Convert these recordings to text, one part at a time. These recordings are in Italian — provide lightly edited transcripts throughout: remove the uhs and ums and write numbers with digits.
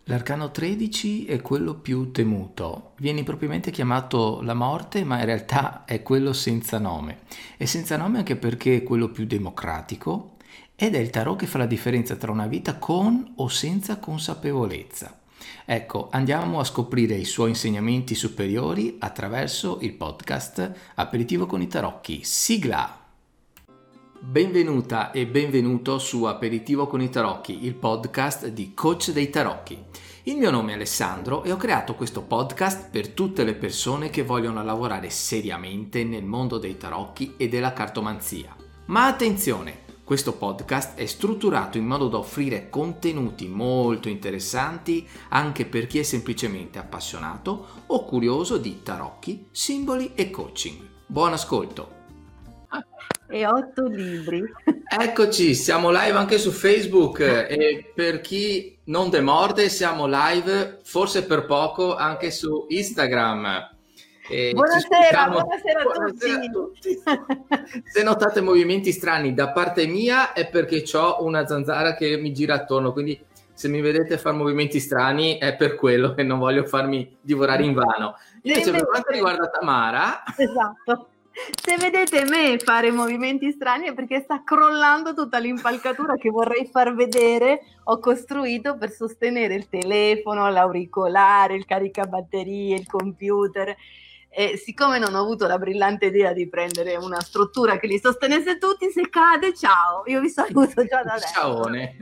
L'arcano 13 è quello più temuto, viene propriamente chiamato la morte, ma in realtà è quello senza nome. È senza nome anche perché è quello più democratico ed è il tarot che fa la differenza tra una vita con o senza consapevolezza. Ecco, andiamo a scoprire i suoi insegnamenti superiori attraverso il podcast Aperitivo con i Tarocchi. Sigla! Benvenuta e benvenuto su Aperitivo con i Tarocchi, il podcast di Coach dei Tarocchi. Il mio nome è Alessandro e ho creato questo podcast per tutte le persone che vogliono lavorare seriamente nel mondo dei tarocchi e della cartomanzia. Ma attenzione, questo podcast è strutturato in modo da offrire contenuti molto interessanti anche per chi è semplicemente appassionato o curioso di tarocchi, simboli e coaching. Buon ascolto! E 8 libri. Eccoci, siamo live anche su Facebook e per chi non demorde siamo live, forse per poco, anche su Instagram. Buonasera, buonasera a tutti. Se notate movimenti strani da parte mia è perché ho una zanzara che mi gira attorno, quindi se mi vedete fare movimenti strani è per quello, che non voglio farmi divorare invano. Invece per quanto riguarda Tamara... Esatto. Se vedete me fare movimenti strani è perché sta crollando tutta l'impalcatura che vorrei far vedere, ho costruito per sostenere il telefono, l'auricolare, il caricabatterie, il computer. E siccome non ho avuto la brillante idea di prendere una struttura che li sostenesse tutti, se cade, ciao, io vi saluto già da adesso. Ciaone.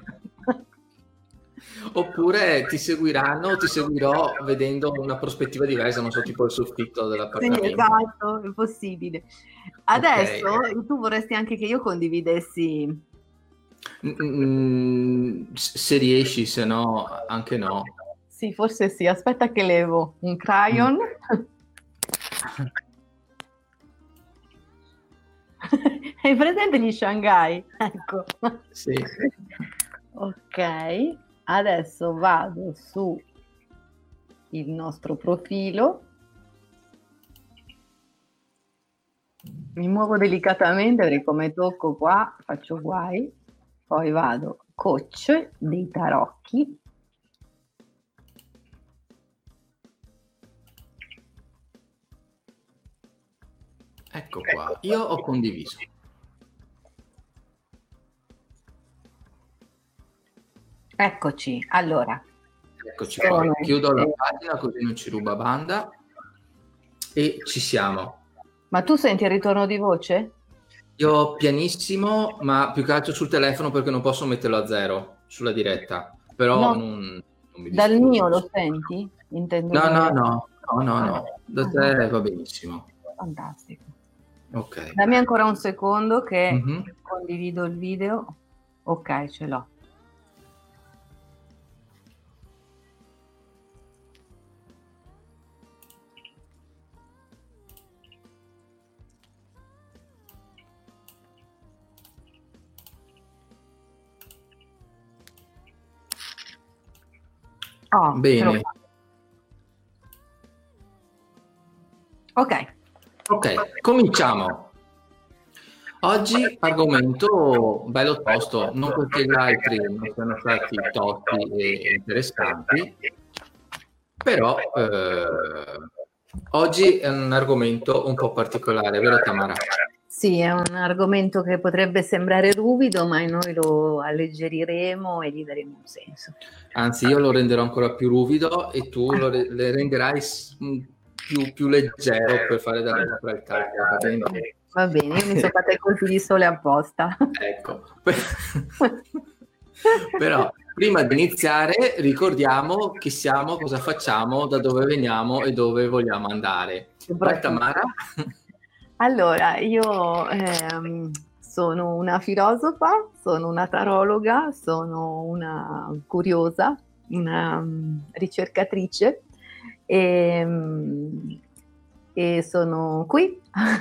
Oppure ti seguiranno, ti seguirò vedendo una prospettiva diversa, non so, tipo il soffitto dell'appartamento. Sì, esatto, è possibile. Adesso tu vorresti anche che io condividessi... se riesci, se no, anche no. Sì, forse sì. Aspetta che levo un crayon. Hai presente gli Shanghai? Ecco. Sì. Ok, adesso vado su il nostro profilo. Mi muovo delicatamente perché come tocco qua faccio guai. Poi vado coach dei tarocchi. Ecco qua, io ho condiviso. Eccoci, allora. Eccoci qua, chiudo la pagina così non ci ruba banda e ci siamo. Ma tu senti il ritorno di voce? Io pianissimo, ma più che altro sul telefono perché non posso metterlo a zero sulla diretta, però no, non mi disturba. Dal mio lo senti? Intendo No, da te va benissimo. Fantastico. Ok. Dammi ancora un secondo che condivido il video. Ok, ce l'ho. Oh, bene. Ok, cominciamo. Oggi argomento bello tosto, non perché gli altri non siano stati tosti e interessanti, però oggi è un argomento un po' particolare, vero Tamara? Sì, è un argomento che potrebbe sembrare ruvido, ma noi lo alleggeriremo e gli daremo un senso. Anzi, io lo renderò ancora più ruvido e tu le renderai più leggero per fare della neutralità, va bene? Va bene, io mi sono fatta i colpi di sole apposta. Ecco. Però prima di iniziare ricordiamo chi siamo, cosa facciamo, da dove veniamo e dove vogliamo andare. Vai Tamara. Allora, io sono una filosofa, sono una tarologa, sono una curiosa, una ricercatrice e sono qui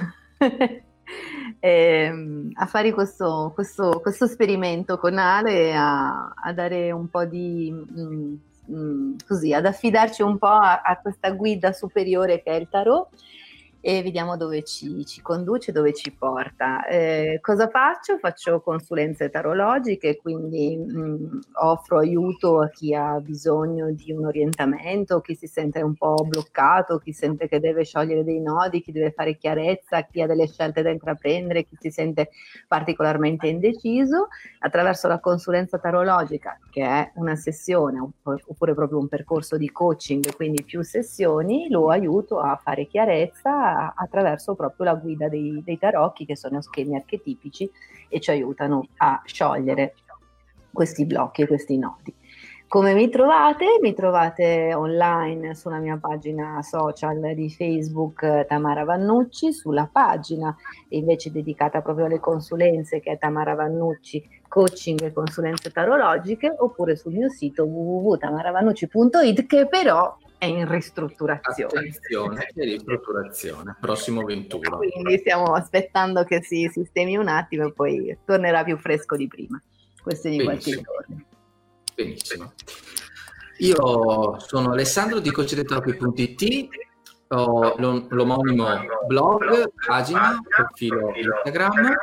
a fare questo esperimento con Ale, a dare un po' di così, ad affidarci un po' a questa guida superiore che è il tarot. e vediamo dove ci conduce, dove ci porta. Cosa faccio? Faccio consulenze tarologiche, quindi offro aiuto a chi ha bisogno di un orientamento, chi si sente un po' bloccato, chi sente che deve sciogliere dei nodi, chi deve fare chiarezza, chi ha delle scelte da intraprendere, chi si sente particolarmente indeciso. Attraverso la consulenza tarologica, che è una sessione oppure proprio un percorso di coaching, quindi più sessioni, lo aiuto a fare chiarezza attraverso proprio la guida dei tarocchi, che sono schemi archetipici e ci aiutano a sciogliere questi blocchi e questi nodi. Come mi trovate? Mi trovate online sulla mia pagina social di Facebook Tamara Vannucci, sulla pagina invece dedicata proprio alle consulenze, che è Tamara Vannucci Coaching e Consulenze Tarologiche, oppure sul mio sito www.tamaravannucci.it, che però è in ristrutturazione. Attenzione, è ristrutturazione, prossimo 21. Quindi stiamo aspettando che si sistemi un attimo e poi tornerà più fresco di prima. Questo di qualche giorno. Benissimo. Io sono Alessandro di coachdetarocchi.it, ho l'omonimo blog, pagina, profilo Instagram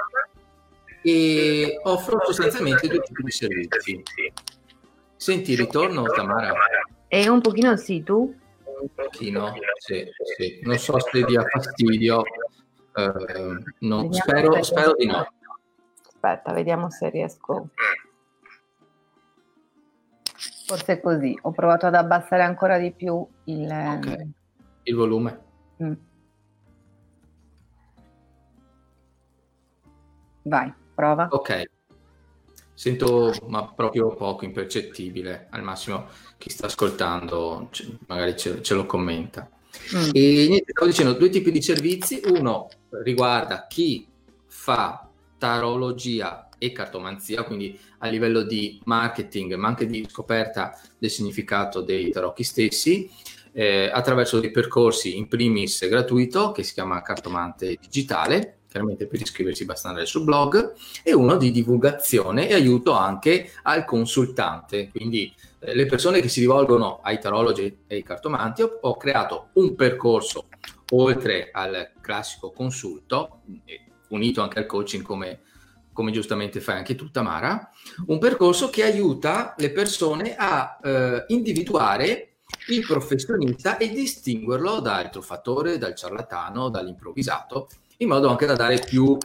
e offro sostanzialmente 2 tipi di servizi. Senti, ritorno Tamara? E un pochino sì, tu? Un pochino, sì. Non so se dia fastidio, no, spero di no. Aspetta, vediamo se riesco. Forse così, ho provato ad abbassare ancora di più il volume. Vai, prova. Ok, sento ma proprio poco, impercettibile, al massimo chi sta ascoltando magari ce lo commenta. E niente, stavo dicendo 2 tipi di servizi, uno riguarda chi fa tarologia e cartomanzia, quindi a livello di marketing ma anche di scoperta del significato dei tarocchi stessi, attraverso dei percorsi in primis gratuito che si chiama Cartomante Digitale, chiaramente per iscriversi basta andare sul blog, e uno di divulgazione e aiuto anche al consultante, quindi le persone che si rivolgono ai tarologi e ai cartomanti. Ho creato un percorso oltre al classico consulto, unito anche al coaching come giustamente fai anche tu Tamara, un percorso che aiuta le persone a individuare il professionista e distinguerlo dal truffatore, dal ciarlatano, dall'improvvisato, in modo anche da dare più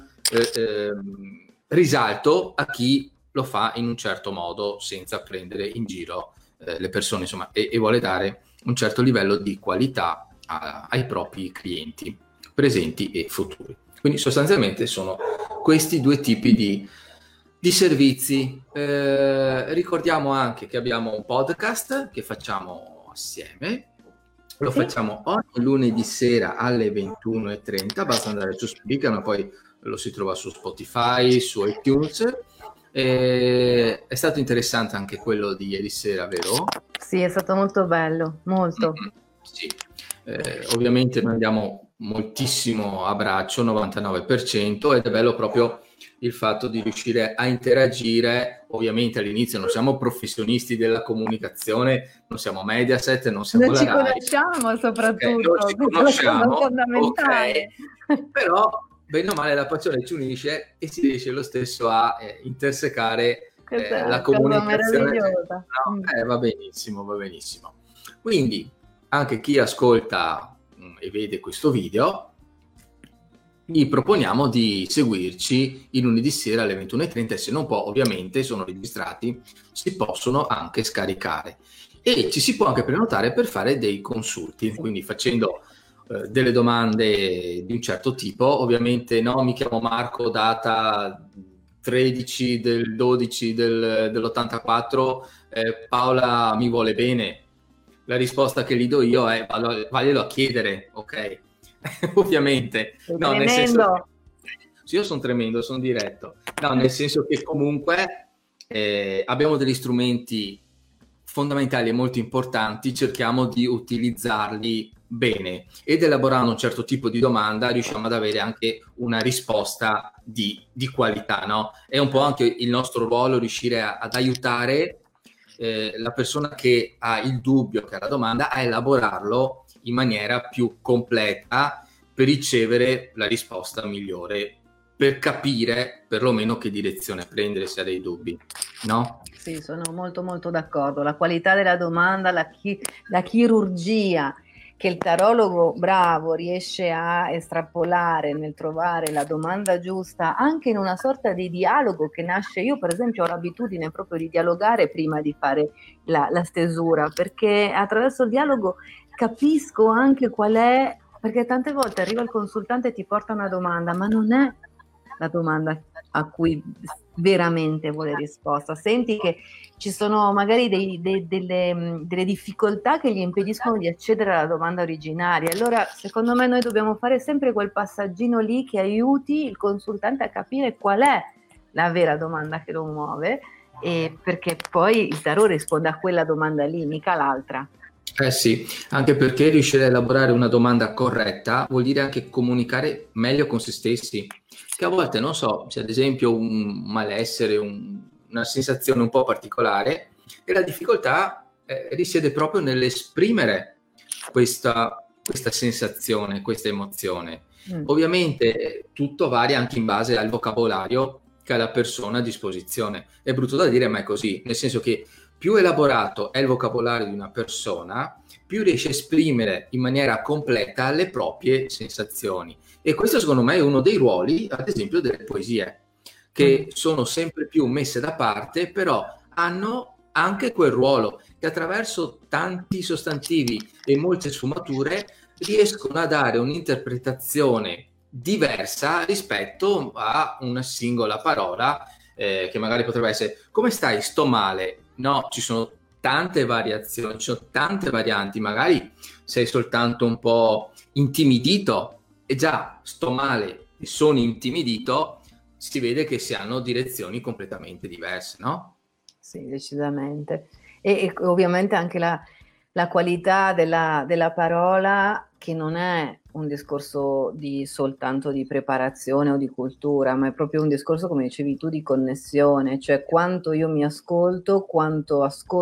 risalto a chi lo fa in un certo modo senza prendere in giro le persone, insomma, e vuole dare un certo livello di qualità ai propri clienti presenti e futuri. Quindi sostanzialmente sono questi 2 tipi di servizi. Ricordiamo anche che abbiamo un podcast che facciamo assieme, lo facciamo ogni lunedì sera alle 21:30, basta andare su Spreaker, ma poi lo si trova su Spotify, su iTunes. È stato interessante anche quello di ieri sera, vero? Sì, è stato molto bello, molto. Sì. Ovviamente noi andiamo moltissimo a braccio, 99%, ed è bello proprio il fatto di riuscire a interagire. Ovviamente all'inizio non siamo professionisti della comunicazione, non siamo Mediaset, non siamo non la ci Rai. Conosciamo soprattutto, Non ci conosciamo, fondamentale. Però bene o male la passione ci unisce e si riesce lo stesso a intersecare la comunicazione. No? Va benissimo. Quindi anche chi ascolta e vede questo video, gli proponiamo di seguirci il lunedì sera alle 21:30, e se non può, ovviamente sono registrati, si possono anche scaricare e ci si può anche prenotare per fare dei consulti, quindi facendo delle domande di un certo tipo. Ovviamente no, mi chiamo Marco, data 13 del 12 dell'84, Paola mi vuole bene. La risposta che gli do io è vaglielo a chiedere, ok? Ovviamente. No, nel senso, sì, io sono tremendo, sono diretto. No, nel senso che comunque abbiamo degli strumenti fondamentali e molto importanti, cerchiamo di utilizzarli bene ed elaborando un certo tipo di domanda riusciamo ad avere anche una risposta di qualità, no? È un po' anche il nostro ruolo riuscire ad aiutare la persona che ha il dubbio, che ha la domanda, a elaborarlo in maniera più completa per ricevere la risposta migliore, per capire perlomeno che direzione prendere se ha dei dubbi, no? Sì, sono molto molto d'accordo. La qualità della domanda, la chirurgia che il tarologo bravo riesce a estrapolare nel trovare la domanda giusta, anche in una sorta di dialogo che nasce. Io per esempio ho l'abitudine proprio di dialogare prima di fare la stesura, perché attraverso il dialogo capisco anche qual è, perché tante volte arriva il consultante e ti porta una domanda, ma non è la domanda a cui veramente vuole risposta. Senti che ci sono magari delle difficoltà che gli impediscono di accedere alla domanda originaria. Allora, secondo me, noi dobbiamo fare sempre quel passaggino lì che aiuti il consultante a capire qual è la vera domanda che lo muove, e perché poi il tarot risponde a quella domanda lì, mica l'altra. Eh sì, anche perché riuscire a elaborare una domanda corretta vuol dire anche comunicare meglio con se stessi, che a volte, non so, se ad esempio un malessere, una sensazione un po' particolare, e la difficoltà risiede proprio nell'esprimere questa sensazione, questa emozione. Ovviamente tutto varia anche in base al vocabolario che ha la persona a disposizione. È brutto da dire, ma è così, nel senso che più elaborato è il vocabolario di una persona, più riesce a esprimere in maniera completa le proprie sensazioni. E questo secondo me è uno dei ruoli, ad esempio, delle poesie, che sono sempre più messe da parte, però hanno anche quel ruolo che attraverso tanti sostantivi e molte sfumature riescono a dare un'interpretazione diversa rispetto a una singola parola, che magari potrebbe essere come stai, sto male. No, ci sono tante variazioni, ci sono tante varianti, magari sei soltanto un po' intimidito e già sto male e sono intimidito, si vede che si hanno direzioni completamente diverse, no? Sì, decisamente. E ovviamente anche la qualità della parola, che non è un discorso soltanto di preparazione o di cultura, ma è proprio un discorso, come dicevi tu, di connessione, cioè quanto io mi ascolto, quanto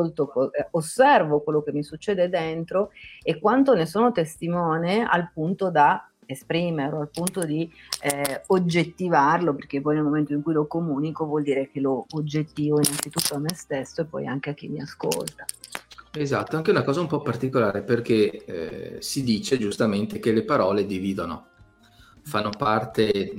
osservo quello che mi succede dentro e quanto ne sono testimone al punto da esprimerlo, al punto di oggettivarlo, perché poi nel momento in cui lo comunico vuol dire che lo oggettivo innanzitutto a me stesso e poi anche a chi mi ascolta. Esatto, anche una cosa un po' particolare, perché si dice giustamente che le parole dividono, fanno parte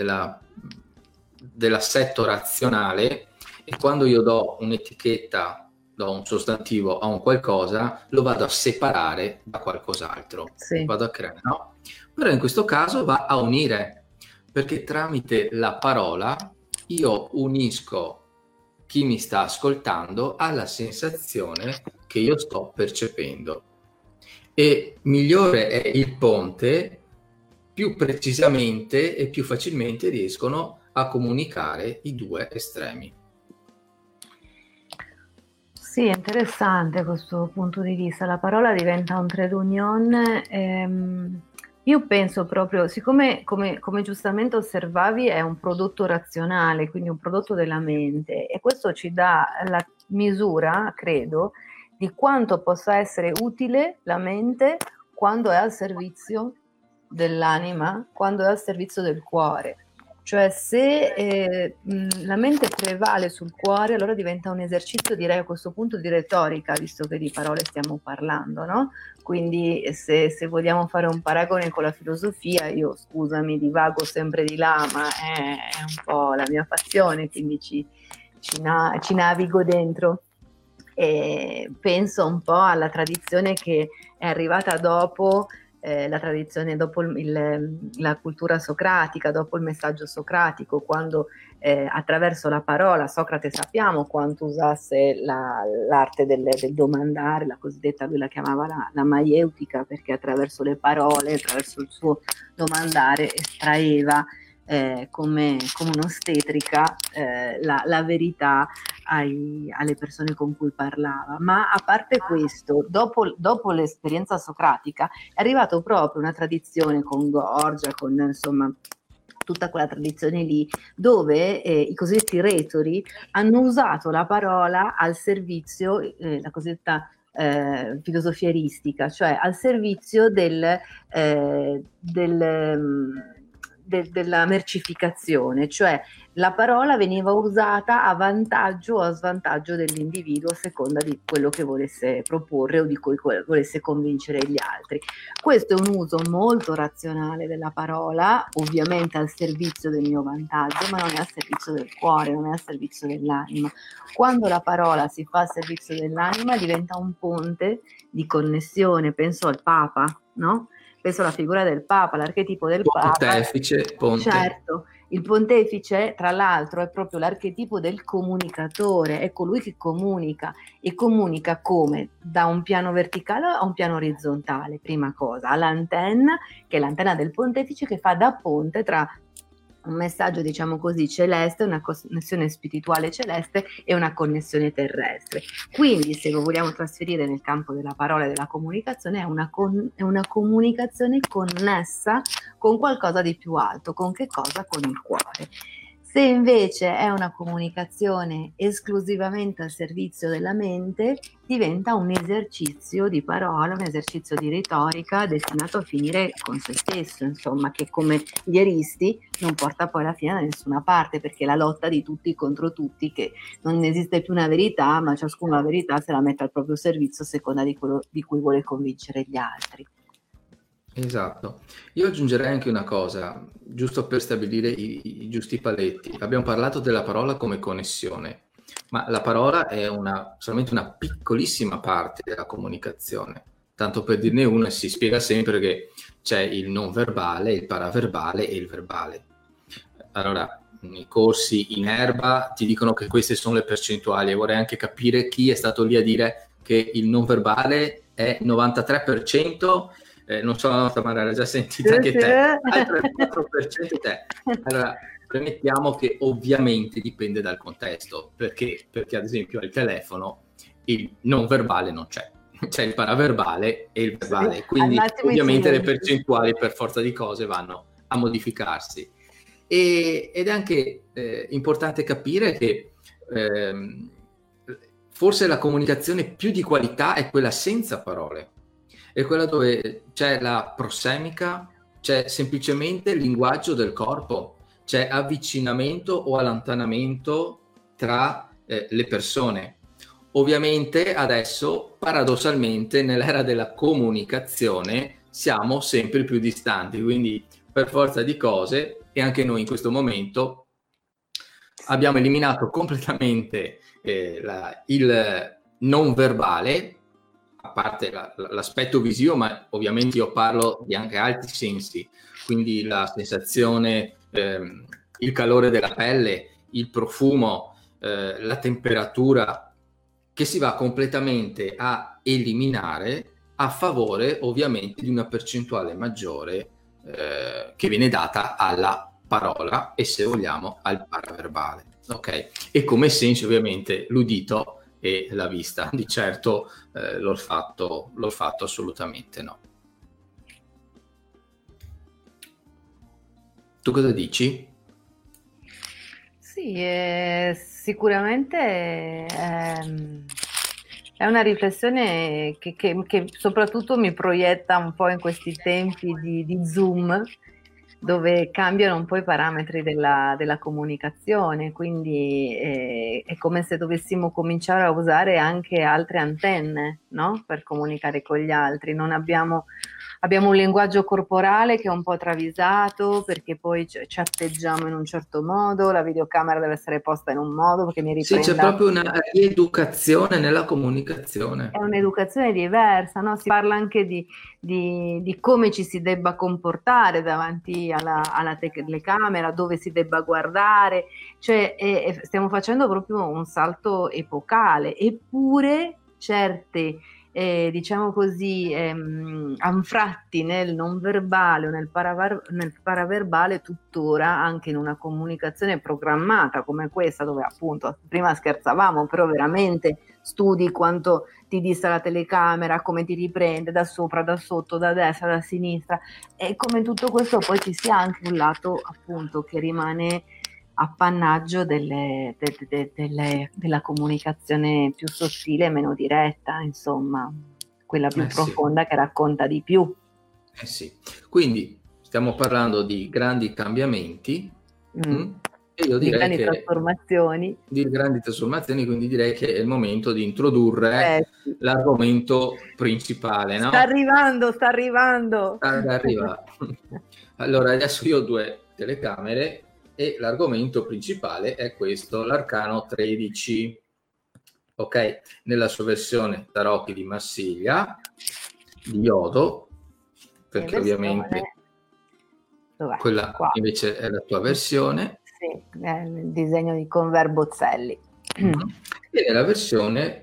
dell'assetto razionale, e quando io do un'etichetta, do un sostantivo a un qualcosa, lo vado a separare da qualcos'altro, Sì. vado a creare, no? Però in questo caso va a unire, perché tramite la parola io unisco chi mi sta ascoltando alla sensazione che io sto percependo, e migliore è il ponte, più precisamente e più facilmente riescono a comunicare i due estremi. Sì, è interessante questo punto di vista. La parola diventa un trade union. Io penso proprio, siccome come giustamente osservavi è un prodotto razionale, quindi un prodotto della mente, e questo ci dà la misura, credo, di quanto possa essere utile la mente quando è al servizio dell'anima, quando è al servizio del cuore. Cioè se la mente prevale sul cuore, allora diventa un esercizio, direi a questo punto, di retorica, visto che di parole stiamo parlando, no? Quindi se vogliamo fare un paragone con la filosofia, io, scusami, divago sempre di là, ma è un po' la mia passione, quindi ci navigo dentro. E penso un po' alla tradizione che è arrivata dopo, la tradizione dopo la cultura socratica, dopo il messaggio socratico, quando attraverso la parola Socrate sappiamo quanto usasse l'arte del domandare, la cosiddetta, lui la chiamava la maieutica, perché attraverso le parole, attraverso il suo domandare estraeva come un'ostetrica la verità alle persone con cui parlava. Ma a parte questo, dopo l'esperienza socratica è arrivato proprio una tradizione con Gorgia, con insomma tutta quella tradizione lì, dove i cosiddetti retori hanno usato la parola al servizio, la cosiddetta filosofieristica, cioè al servizio della mercificazione, cioè la parola veniva usata a vantaggio o a svantaggio dell'individuo a seconda di quello che volesse proporre o di cui volesse convincere gli altri. Questo è un uso molto razionale della parola, ovviamente al servizio del mio vantaggio, ma non è al servizio del cuore, non è al servizio dell'anima. Quando la parola si fa al servizio dell'anima diventa un ponte di connessione, penso al Papa, no? Penso alla figura del Papa, l'archetipo del Papa. Pontefice, ponte. Certo, il pontefice, tra l'altro, è proprio l'archetipo del comunicatore, è colui che comunica, e comunica come? Da un piano verticale a un piano orizzontale, prima cosa, all'antenna, che è l'antenna del pontefice, che fa da ponte tra un messaggio, diciamo così, celeste, una connessione spirituale celeste e una connessione terrestre. Quindi, se lo vogliamo trasferire nel campo della parola e della comunicazione, è una comunicazione connessa con qualcosa di più alto. Con che cosa? Con il cuore. Se invece è una comunicazione esclusivamente al servizio della mente, diventa un esercizio di parola, un esercizio di retorica destinato a finire con se stesso, insomma, che come gli eristi non porta poi alla fine da nessuna parte, perché è la lotta di tutti contro tutti, che non esiste più una verità, ma ciascuno la verità se la mette al proprio servizio a seconda di quello di cui vuole convincere gli altri. Esatto. Io aggiungerei anche una cosa, giusto per stabilire i giusti paletti. Abbiamo parlato della parola come connessione, ma la parola è solamente una piccolissima parte della comunicazione. Tanto per dirne una, si spiega sempre che c'è il non verbale, il paraverbale e il verbale. Allora, nei corsi in erba ti dicono che queste sono le percentuali, e vorrei anche capire chi è stato lì a dire che il non verbale è 93%. Non so, Tamara, l'hai già sentita anche te, altro 4% te. Allora, premettiamo che ovviamente dipende dal contesto, perché ad esempio al telefono il non verbale non c'è il paraverbale e il verbale, sì, quindi ovviamente le percentuali per forza di cose vanno a modificarsi. Ed è anche importante capire che forse la comunicazione più di qualità è quella senza parole. È quella dove c'è la prossemica, c'è semplicemente il linguaggio del corpo, c'è avvicinamento o allontanamento tra le persone. Ovviamente adesso, paradossalmente, nell'era della comunicazione siamo sempre più distanti, quindi per forza di cose, e anche noi in questo momento, abbiamo eliminato completamente il non verbale, a parte l'aspetto visivo, ma ovviamente io parlo di anche altri sensi, quindi la sensazione, il calore della pelle, il profumo, la temperatura, che si va completamente a eliminare a favore ovviamente di una percentuale maggiore che viene data alla parola e, se vogliamo, al paraverbale. Ok? E come sensi ovviamente l'udito e la vista, di certo l'olfatto assolutamente no. Tu cosa dici? Sì, sicuramente è una riflessione che soprattutto mi proietta un po' in questi tempi di Zoom, dove cambiano un po' i parametri della comunicazione, quindi è come se dovessimo cominciare a usare anche altre antenne, no? Per comunicare con gli altri. Non abbiamo un linguaggio corporale che è un po' travisato, perché poi ci atteggiamo in un certo modo, la videocamera deve essere posta in un modo perché mi riprenda. Sì, c'è proprio una rieducazione nella comunicazione. È un'educazione diversa, no? Si parla anche di come ci si debba comportare davanti alla telecamera, dove si debba guardare, cioè stiamo facendo proprio un salto epocale, eppure certe diciamo così anfratti nel non verbale o nel paraverbale tuttora, anche in una comunicazione programmata come questa, dove appunto prima scherzavamo, però veramente studi quanto ti dista la telecamera, come ti riprende da sopra, da sotto, da destra, da sinistra, e come tutto questo poi ci sia anche un lato appunto che rimane appannaggio della comunicazione più sottile e meno diretta, insomma, quella più profonda che racconta di più. Sì. Quindi stiamo parlando di grandi cambiamenti e io direi di grandi trasformazioni, quindi direi che è il momento di introdurre l'argomento principale, no? Sta arrivando. Allora, adesso io ho 2 telecamere e l'argomento principale è questo, l'arcano 13, ok? Nella sua versione Tarocchi di Marsiglia, di Iodo, perché ovviamente quella invece è la tua versione. Sì, è il disegno di Conver Bozzelli. E nella versione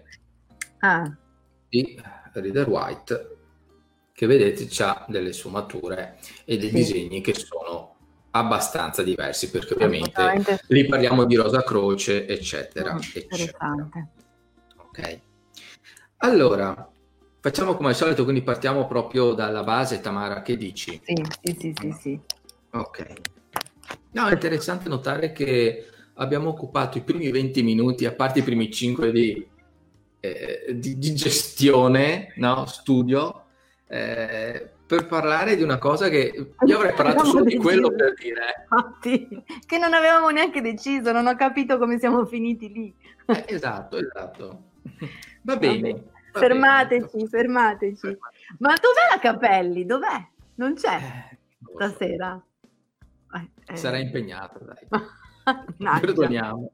di Rider White, che vedete c'ha delle sfumature e dei disegni che sono abbastanza diversi, perché ovviamente lì parliamo di Rosa Croce, eccetera, eccetera. Ok. Allora, facciamo come al solito, quindi partiamo proprio dalla base. Tamara, che dici? Sì. Ok. No, è interessante notare che abbiamo occupato i primi 20 minuti, a parte i primi 5 di gestione, no? Studio, per parlare di una cosa che io avrei parlato solo di quello, per dire. Infatti, che non avevamo neanche deciso, non ho capito come siamo finiti lì. Esatto. Va bene. Fermateci. Ma dov'è la Capelli? Dov'è? Non c'è stasera. Sarà impegnata, dai. Perdoniamo.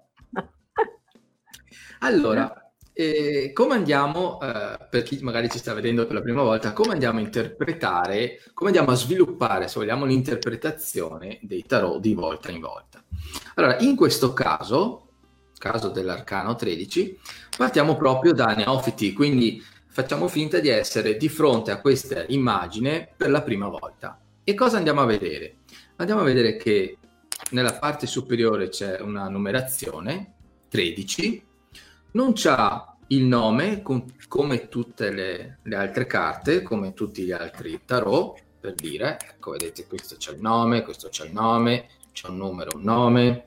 Allora, come andiamo, per chi magari ci sta vedendo per la prima volta, come andiamo a interpretare, come andiamo a sviluppare, se vogliamo, l'interpretazione dei tarot di volta in volta? Allora, in questo caso dell'arcano 13, partiamo proprio da neofiti, quindi facciamo finta di essere di fronte a questa immagine per la prima volta. E cosa andiamo a vedere? Andiamo a vedere che nella parte superiore c'è una numerazione, 13, non c'ha il nome come tutte le altre carte, come tutti gli altri tarot, per dire, ecco, vedete, questo c'è il nome, questo c'è il nome, c'è un numero, un nome,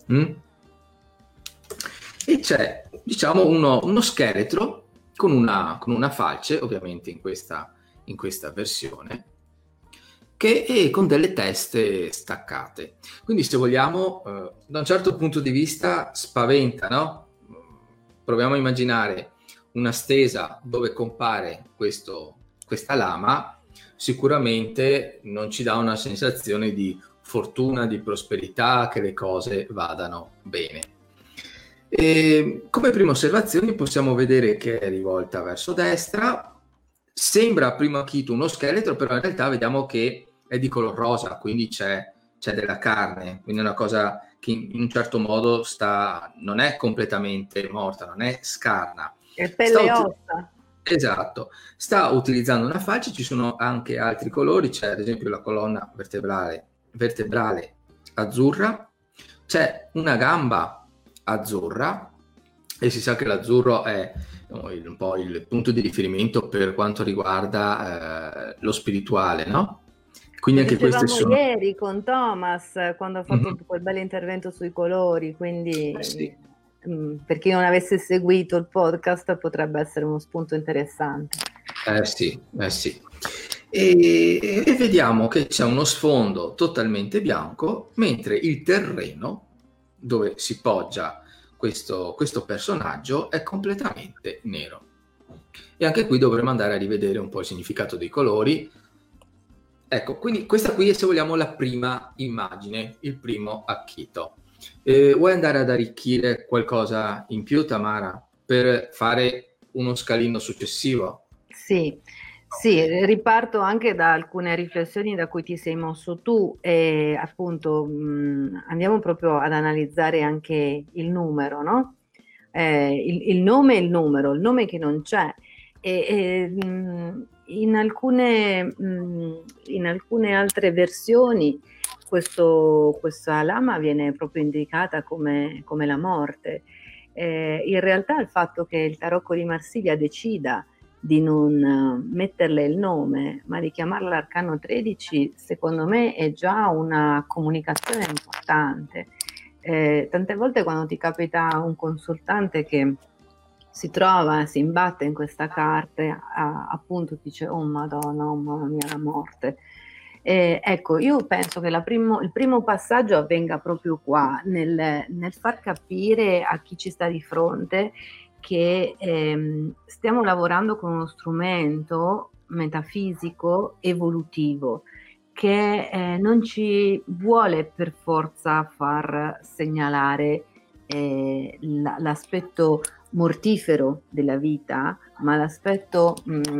e c'è, diciamo, uno scheletro con una falce, ovviamente in questa versione, che è con delle teste staccate. Quindi, se vogliamo, da un certo punto di vista spaventa, no? Proviamo a immaginare una stesa dove compare questa lama, sicuramente non ci dà una sensazione di fortuna, di prosperità, che le cose vadano bene. E come prime osservazioni possiamo vedere che è rivolta verso destra, sembra a primo acchito uno scheletro, però in realtà vediamo che è di color rosa, quindi c'è della carne, quindi è una cosa che in un certo modo non è completamente morta, non è scarna. È pelle e ossa. Esatto, sta utilizzando una falce, ci sono anche altri colori, c'è ad esempio la colonna vertebrale azzurra, c'è una gamba azzurra e si sa che l'azzurro è un po' il punto di riferimento per quanto riguarda lo spirituale, no? Quindi anche queste sono ieri con Thomas quando ha fatto quel bel intervento sui colori, quindi per chi non avesse seguito il podcast potrebbe essere uno spunto interessante. Sì. E vediamo che c'è uno sfondo totalmente bianco, mentre il terreno dove si poggia questo personaggio è completamente nero. E anche qui dovremo andare a rivedere un po' il significato dei colori. Ecco, quindi questa qui è, se vogliamo, la prima immagine, il primo acchito. Vuoi andare ad arricchire qualcosa in più, Tamara, per fare uno scalino successivo? Sì, riparto anche da alcune riflessioni da cui ti sei mosso tu e appunto andiamo proprio ad analizzare anche il numero, no? Il nome e il numero, il nome che non c'è. In alcune altre versioni questa lama viene proprio indicata come la morte. In realtà il fatto che il Tarocco di Marsiglia decida di non metterle il nome ma di chiamarla Arcano 13, secondo me è già una comunicazione importante. tante volte quando ti capita un consultante che si imbatte in questa carta, appunto dice, oh Madonna, oh mamma mia, la morte. Ecco, io penso che il primo passaggio avvenga proprio qua, nel far capire a chi ci sta di fronte che stiamo lavorando con uno strumento metafisico evolutivo che non ci vuole per forza far segnalare l'aspetto mortifero della vita, ma l'aspetto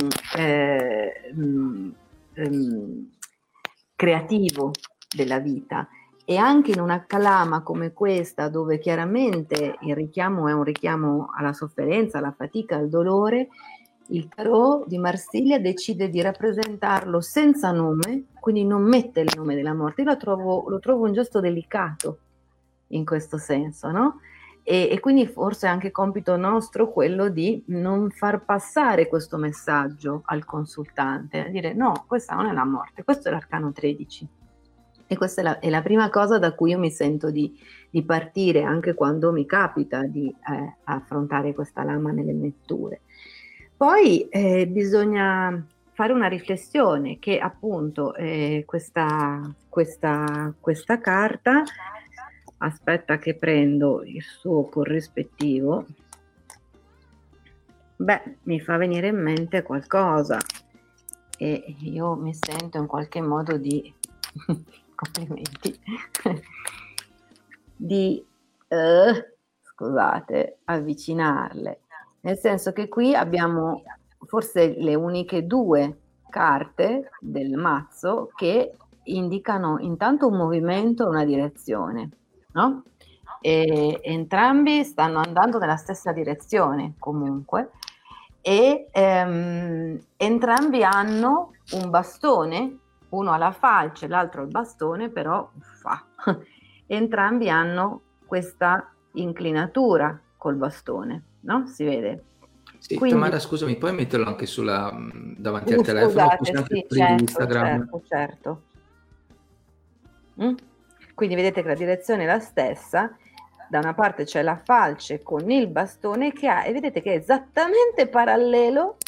creativo della vita. E anche in una calama come questa, dove chiaramente il richiamo è un richiamo alla sofferenza, alla fatica, al dolore, il tarot di Marsiglia decide di rappresentarlo senza nome, quindi non mette il nome della morte. Io lo trovo un gesto delicato in questo senso, no? E quindi forse è anche compito nostro quello di non far passare questo messaggio al consultante, dire no, questa non è la morte, questo è l'arcano 13. E questa è la prima cosa da cui io mi sento di partire, anche quando mi capita di affrontare questa lama nelle letture. Poi bisogna fare una riflessione che appunto questa carta, aspetta che prendo il suo corrispettivo, mi fa venire in mente qualcosa e io mi sento in qualche modo di complimenti di scusate, avvicinarle, nel senso che qui abbiamo forse le uniche due carte del mazzo che indicano intanto un movimento e una direzione, no? E entrambi stanno andando nella stessa direzione comunque e entrambi hanno un bastone, uno ha la falce, l'altro il bastone, però entrambi hanno questa inclinatura col bastone, no? Si vede. Sì, quindi, Tamara, scusami, puoi metterlo anche davanti al telefono? Scusate, sì, certo, Instagram. Certo. Quindi vedete che la direzione è la stessa, da una parte c'è la falce con il bastone che ha, e vedete che è esattamente parallelo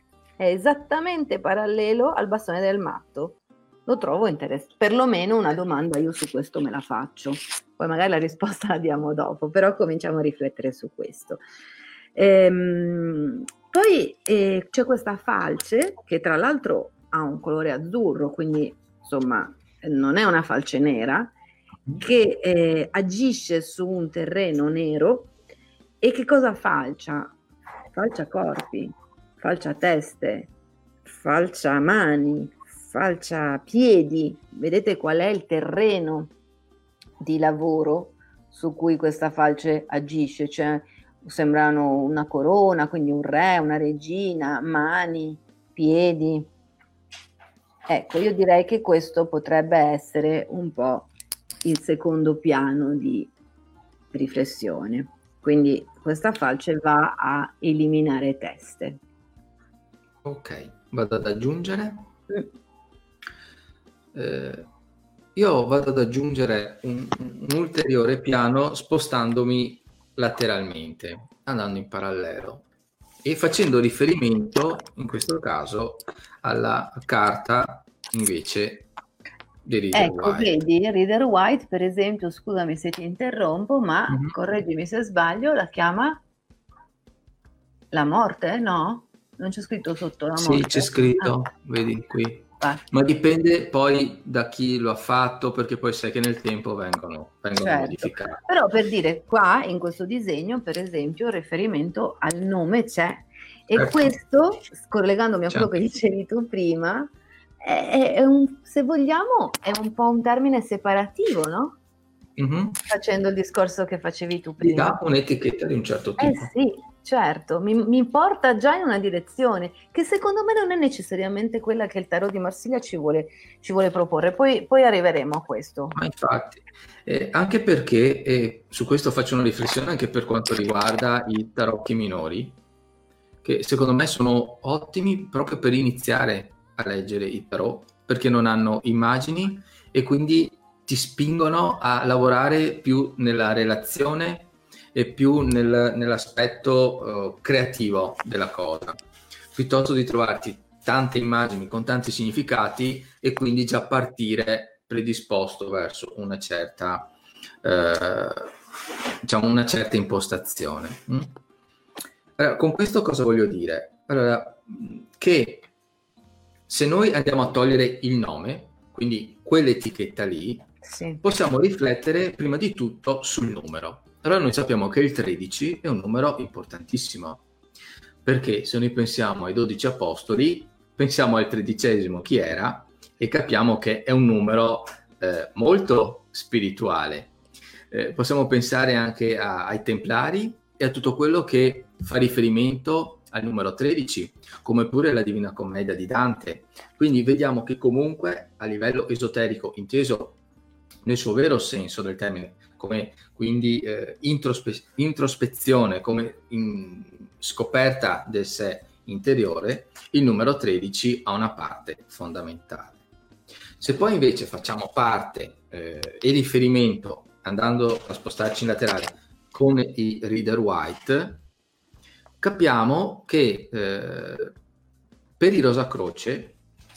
al bastone del matto. Lo trovo interessante, perlomeno una domanda io su questo me la faccio, poi magari la risposta la diamo dopo, però cominciamo a riflettere su questo. Poi c'è questa falce che tra l'altro ha un colore azzurro, quindi insomma non è una falce nera, che agisce su un terreno nero. E che cosa falcia? Falcia corpi, falcia teste, falcia mani, falcia piedi. Vedete qual è il terreno di lavoro su cui questa falce agisce? Cioè sembrano una corona, quindi un re, una regina, mani, piedi. Ecco, io direi che questo potrebbe essere un po' il secondo piano di riflessione. Quindi questa falce va a eliminare teste. Ok, vado ad aggiungere. Io vado ad aggiungere un ulteriore piano spostandomi lateralmente, andando in parallelo e facendo riferimento in questo caso alla carta invece di Rider White. Vedi, Rider White per esempio, scusami se ti interrompo, ma correggimi se sbaglio, la chiama la morte, no? Non c'è scritto sotto la morte? Sì, c'è scritto, vedi qui. Ma dipende poi da chi lo ha fatto, perché poi sai che nel tempo vengono modificati. Però per dire, qua in questo disegno, per esempio, il riferimento al nome c'è. E questo, collegandomi a quello che dicevi tu prima, se vogliamo, è un po' un termine separativo, no? Facendo il discorso che facevi tu prima. Dà un'etichetta di un certo tipo. Sì, certo, mi porta già in una direzione che secondo me non è necessariamente quella che il tarot di Marsiglia ci vuole proporre. Poi arriveremo a questo. Ma infatti, anche perché su questo faccio una riflessione anche per quanto riguarda i tarocchi minori, che secondo me sono ottimi proprio per iniziare a leggere i tarot, perché non hanno immagini e quindi ti spingono a lavorare più nella relazione e più nell'aspetto creativo della cosa, piuttosto di trovarti tante immagini con tanti significati e quindi già partire predisposto verso una certa diciamo una certa impostazione. Allora, con questo cosa voglio dire? Allora, che se noi andiamo a togliere il nome, quindi quell'etichetta lì, Sì. possiamo riflettere prima di tutto sul numero. Allora noi sappiamo che il 13 è un numero importantissimo, perché se noi pensiamo ai 12 apostoli, pensiamo al 13° chi era e capiamo che è un numero molto spirituale. Possiamo pensare anche ai Templari e a tutto quello che fa riferimento al numero 13, come pure la Divina Commedia di Dante. Quindi vediamo che comunque a livello esoterico, inteso nel suo vero senso del termine, come quindi introspezione, come scoperta del sé interiore, il numero 13 ha una parte fondamentale. Se poi invece facciamo parte e riferimento, andando a spostarci in laterale, con i Rider White, capiamo che per i Rosacroce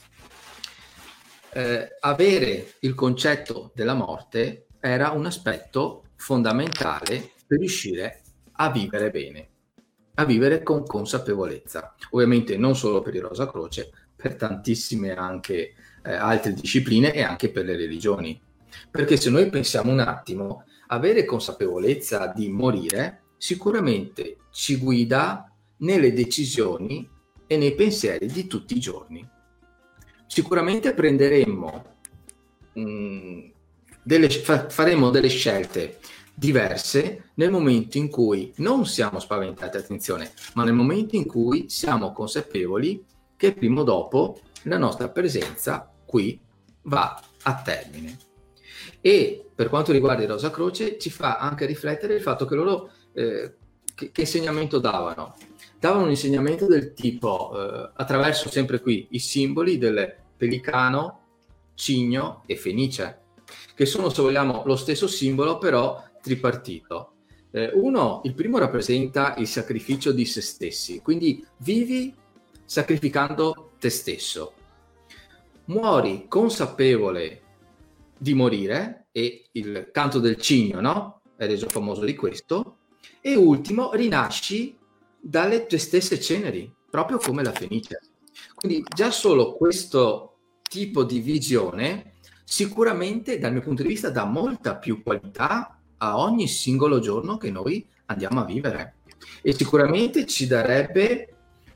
avere il concetto della morte era un aspetto fondamentale per riuscire a vivere bene, a vivere con consapevolezza. Ovviamente non solo per i Rosacroce, per tantissime anche altre discipline e anche per le religioni. Perché se noi pensiamo un attimo, avere consapevolezza di morire sicuramente ci guida nelle decisioni e nei pensieri di tutti i giorni. Sicuramente prenderemo faremo delle scelte diverse nel momento in cui non siamo spaventati, attenzione, ma nel momento in cui siamo consapevoli che prima o dopo la nostra presenza qui va a termine. E per quanto riguarda i Rosacroce ci fa anche riflettere il fatto che loro che insegnamento davano? Davano un insegnamento del tipo attraverso sempre qui i simboli del pelicano, cigno e fenice, che sono, se vogliamo, lo stesso simbolo però tripartito. Il primo rappresenta il sacrificio di se stessi, quindi vivi sacrificando te stesso, muori consapevole di morire, e il canto del cigno, no? È reso famoso di questo. E ultimo, rinasci dalle tue stesse ceneri, proprio come la fenice. Quindi già solo questo tipo di visione sicuramente dal mio punto di vista dà molta più qualità a ogni singolo giorno che noi andiamo a vivere, e sicuramente ci darebbe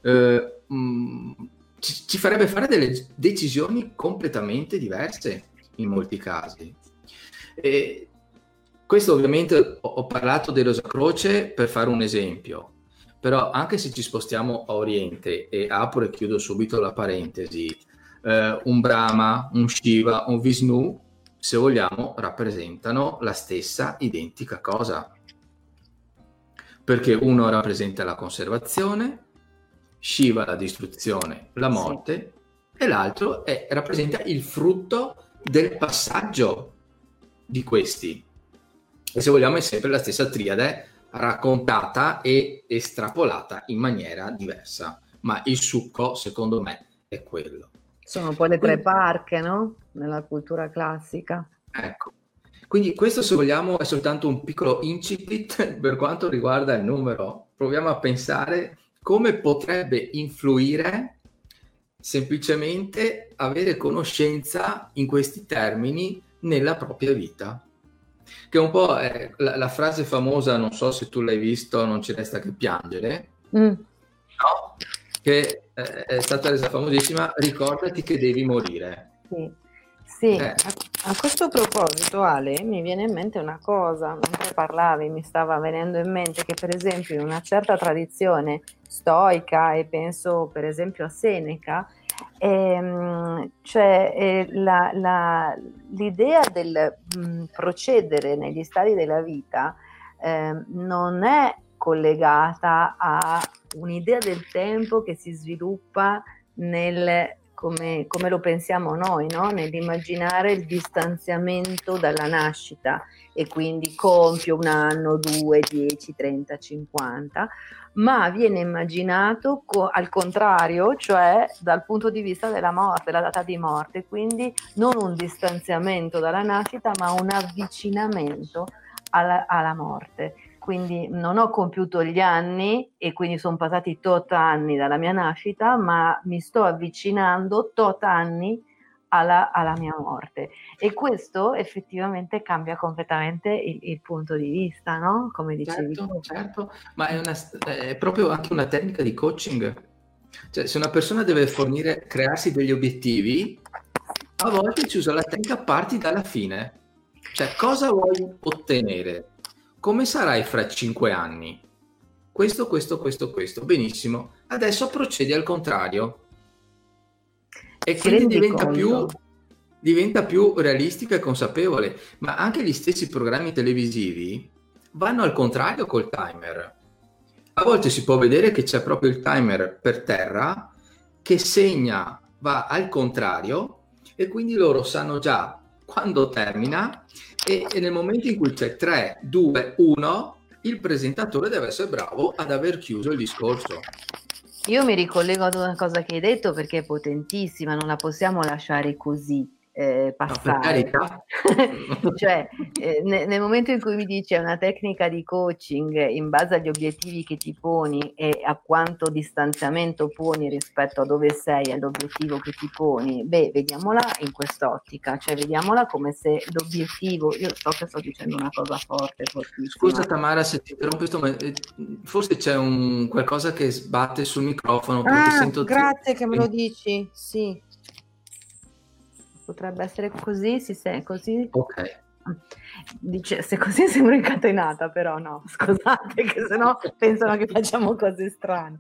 ci farebbe fare delle decisioni completamente diverse in molti casi. E questo ovviamente ho parlato dei Rosacroce per fare un esempio, però anche se ci spostiamo a Oriente, e apro e chiudo subito la parentesi, un Brahma, un Shiva, un Vishnu, se vogliamo, rappresentano la stessa identica cosa, perché uno rappresenta la conservazione, Shiva la distruzione, la morte, sì, e l'altro rappresenta il frutto del passaggio di questi. E se vogliamo è sempre la stessa triade raccontata e estrapolata in maniera diversa, ma il succo secondo me è quello. Sono poi le tre parche, no? Nella cultura classica. Ecco, quindi questo, se vogliamo, è soltanto un piccolo incipit per quanto riguarda il numero. Proviamo a pensare come potrebbe influire semplicemente avere conoscenza in questi termini nella propria vita. Che un po' è la frase famosa, non so se tu l'hai visto, non ci resta che piangere, no? Che è stata resa famosissima, ricordati che devi morire. Sì. A questo proposito, Ale, mi viene in mente una cosa, mentre parlavi mi stava venendo in mente che per esempio in una certa tradizione stoica, e penso per esempio a Seneca, cioè l'idea del procedere negli stadi della vita non è collegata a un'idea del tempo che si sviluppa nel come lo pensiamo noi, no? Nell'immaginare il distanziamento dalla nascita e quindi compio 1 anno, 2, 10, 30, 50, ma viene immaginato al contrario, cioè dal punto di vista della morte, la data di morte, quindi non un distanziamento dalla nascita, ma un avvicinamento alla morte. Quindi non ho compiuto gli anni e quindi sono passati tot anni dalla mia nascita, ma mi sto avvicinando tot anni alla mia morte. E questo effettivamente cambia completamente il punto di vista, no? Come dicevi tu. Certo, ma è proprio anche una tecnica di coaching. Cioè, se una persona deve crearsi degli obiettivi, a volte si usa la tecnica parti dalla fine. Cioè, cosa vuoi ottenere? Come sarai fra 5 anni? Questo. Benissimo. Adesso procedi al contrario. E quindi diventa più realistica e consapevole. Ma anche gli stessi programmi televisivi vanno al contrario col timer. A volte si può vedere che c'è proprio il timer per terra che va al contrario, e quindi loro sanno già quando termina, e nel momento in cui c'è 3, 2, 1, il presentatore deve essere bravo ad aver chiuso il discorso. Io mi ricollego ad una cosa che hai detto perché è potentissima, non la possiamo lasciare così passare. Cioè, nel momento in cui mi dici è una tecnica di coaching in base agli obiettivi che ti poni e a quanto distanziamento poni rispetto a dove sei, all'obiettivo che ti poni, vediamola in quest'ottica, cioè vediamola come se l'obiettivo, io so che sto dicendo una cosa fortissima. Scusa Tamara se ti interrompo, ma forse c'è qualcosa che sbatte sul microfono. Sento grazie che me lo dici, sì. Potrebbe essere così, così. Ok. Dice, se così sembro incatenata, però no, scusate che sennò pensano che facciamo cose strane.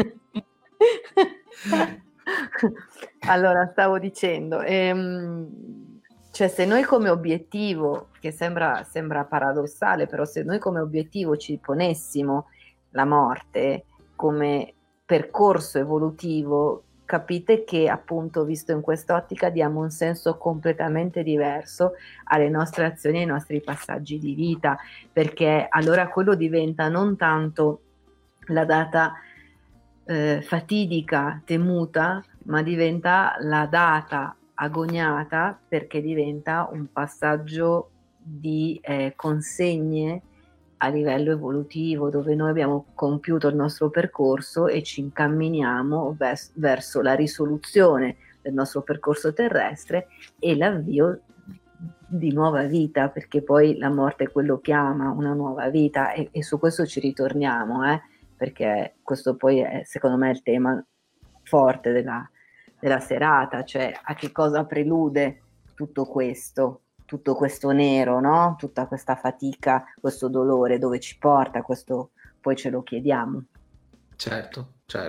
Allora, stavo dicendo, cioè se noi come obiettivo, che sembra paradossale, però se noi come obiettivo ci ponessimo la morte come percorso evolutivo, capite che appunto visto in quest'ottica diamo un senso completamente diverso alle nostre azioni e ai nostri passaggi di vita, perché allora quello diventa non tanto la data fatidica, temuta, ma diventa la data agoniata, perché diventa un passaggio di consegne a livello evolutivo, dove noi abbiamo compiuto il nostro percorso e ci incamminiamo verso la risoluzione del nostro percorso terrestre e l'avvio di nuova vita, perché poi la morte è quello che ama una nuova vita, e su questo ci ritorniamo, perché questo poi è secondo me il tema forte della serata, cioè a che cosa prelude tutto questo nero, no? Tutta questa fatica, questo dolore, dove ci porta, questo poi ce lo chiediamo. Certo.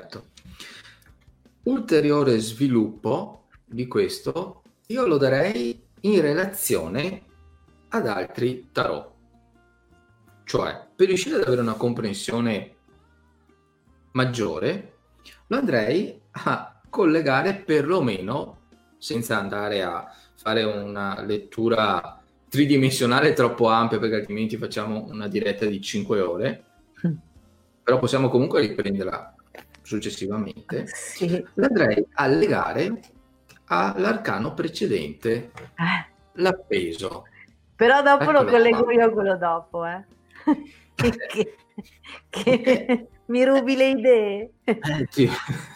Ulteriore sviluppo di questo io lo darei in relazione ad altri tarot. Cioè, per riuscire ad avere una comprensione maggiore, lo andrei a collegare perlomeno, senza andare a fare una lettura tridimensionale troppo ampia, perché altrimenti facciamo una diretta di 5 ore, però possiamo comunque riprenderla successivamente. Sì. L'andrei a legare all'arcano precedente, l'appeso. Però dopo lo collego io a quello dopo, che mi rubi le idee. Sì.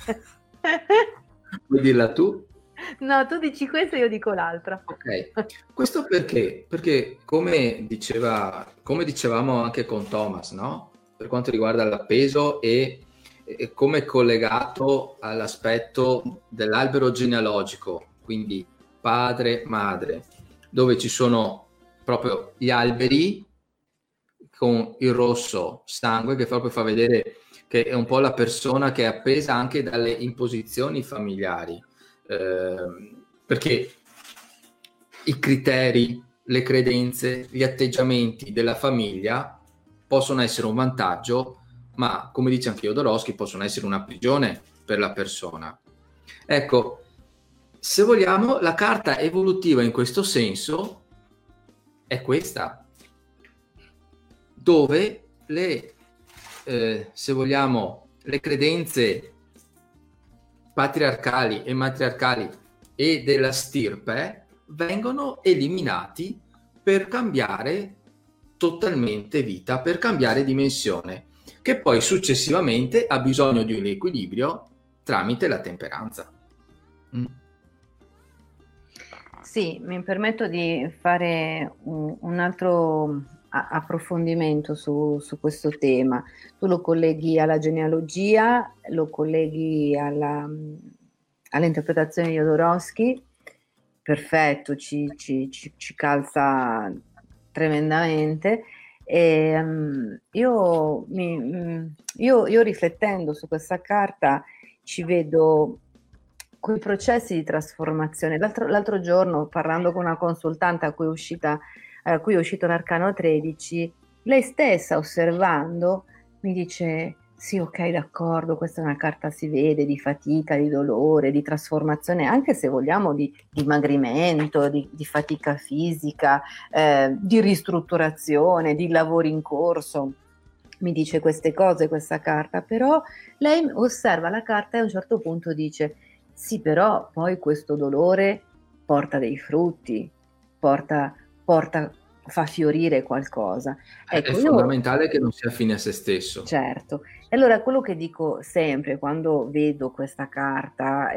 Vuoi dirla tu? No, tu dici questo e io dico l'altra. Ok, questo perché come dicevamo anche con Thomas, no? Per quanto riguarda l'appeso e come è collegato all'aspetto dell'albero genealogico, quindi padre, madre, dove ci sono proprio gli alberi con il rosso sangue, che proprio fa vedere che è un po' la persona che è appesa anche dalle imposizioni familiari, perché i criteri, le credenze, gli atteggiamenti della famiglia possono essere un vantaggio, ma come dice anche Jodorowsky possono essere una prigione per la persona. Ecco, Se vogliamo, la carta evolutiva in questo senso è questa, dove se vogliamo, le credenze patriarcali e matriarcali e della stirpe vengono eliminati per cambiare totalmente vita, per cambiare dimensione, che poi successivamente ha bisogno di un equilibrio tramite la temperanza. Sì, mi permetto di fare un altro approfondimento su questo tema. Tu lo colleghi alla genealogia, lo colleghi all'interpretazione di Jodorowsky, perfetto, ci calza tremendamente. Io riflettendo su questa carta ci vedo quei processi di trasformazione. L'altro giorno, parlando con una consultante a cui è uscito l'Arcano 13, lei stessa osservando mi dice: sì, ok, d'accordo, questa è una carta, si vede, di fatica, di dolore, di trasformazione, anche se vogliamo di dimagrimento, di fatica fisica, di ristrutturazione, di lavori in corso. Mi dice queste cose questa carta, però lei osserva la carta e a un certo punto dice: sì, però poi questo dolore porta dei frutti, fa fiorire qualcosa. È Ecco, fondamentale che non sia fine a se stesso. certo. E allora quello che dico sempre quando vedo questa carta,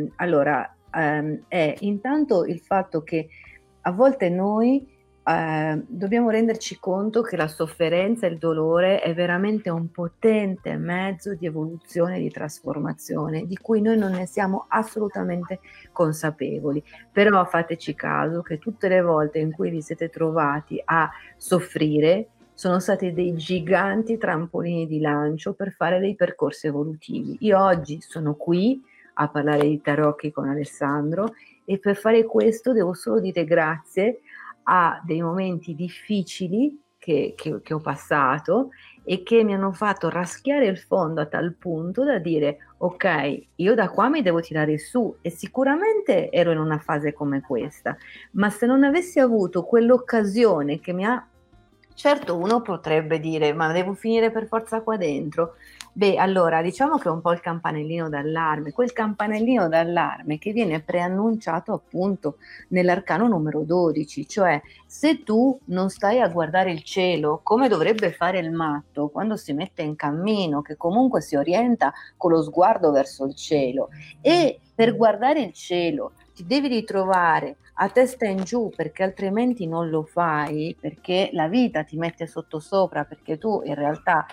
è intanto il fatto che a volte noi dobbiamo renderci conto che la sofferenza e il dolore è veramente un potente mezzo di evoluzione e di trasformazione, di cui noi non ne siamo assolutamente consapevoli. Però fateci caso che tutte le volte in cui vi siete trovati a soffrire sono stati dei giganti trampolini di lancio per fare dei percorsi evolutivi. Io oggi sono qui a parlare di tarocchi con Alessandro e per fare questo devo solo dire grazie a dei momenti difficili che ho passato e che mi hanno fatto raschiare il fondo a tal punto da dire: ok, io da qua mi devo tirare su, e sicuramente ero in una fase come questa, ma se non avessi avuto quell'occasione che mi ha... Certo, uno potrebbe dire: ma devo finire per forza qua dentro. Beh, allora diciamo che è un po' il campanellino d'allarme, quel campanellino d'allarme che viene preannunciato appunto nell'arcano numero 12, cioè se tu non stai a guardare il cielo come dovrebbe fare il matto quando si mette in cammino, che comunque si orienta con lo sguardo verso il cielo, e per guardare il cielo ti devi ritrovare a testa in giù, perché altrimenti non lo fai, perché la vita ti mette sottosopra, perché tu in realtà